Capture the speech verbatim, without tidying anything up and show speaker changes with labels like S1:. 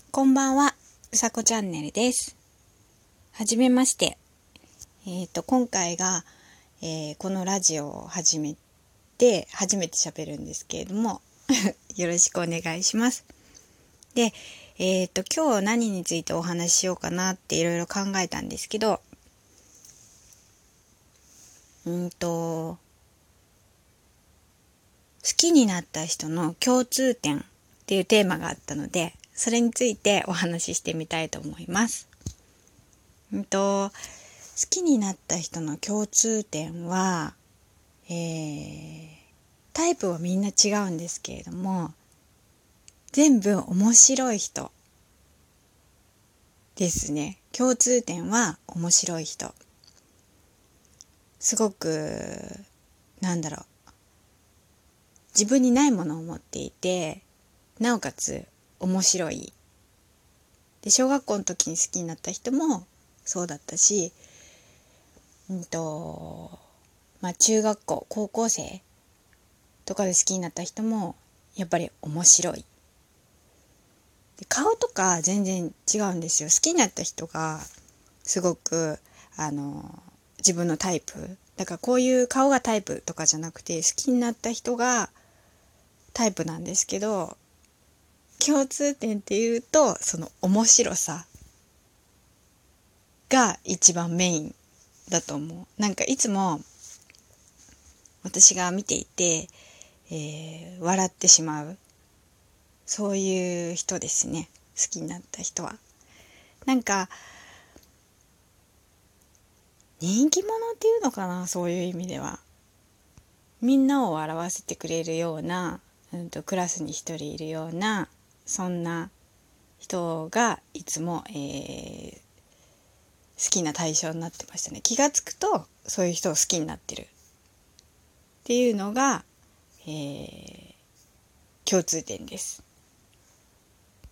S1: こんばんは、うさこチャンネルです。はじめまして。えっと、今回が、えーこのラジオを始めて、初めて喋るんですけれども、よろしくお願いします。で、えっと、今日何についてお話ししようかなっていろいろ考えたんですけど、うんと、好きになった人の共通点っていうテーマがあったので、それについてお話ししてみたいと思います。うんと、好きになった人の共通点は、えー、タイプはみんな違うんですけれども、全部面白い人ですね。共通点は面白い人。すごく、なんだろう、自分にないものを持っていて、なおかつ面白い。で、小学校の時に好きになった人もそうだったし、うんと、まあ中学校、高校生とかで好きになった人もやっぱり面白い。で、顔とか全然違うんですよ。好きになった人がすごくあの自分のタイプだから、こういう顔がタイプとかじゃなくて、好きになった人がタイプなんですけど、共通点っていうとその面白さが一番メインだと思う。なんかいつも私が見ていて、えー笑ってしまう、そういう人ですね、好きになった人は。なんか人気者っていうのかな、そういう意味では。みんなを笑わせてくれるような、うんと、クラスに一人いるような、そんな人がいつも、えー好きな対象になってましたね。気がつくとそういう人を好きになってるっていうのが、えー共通点です。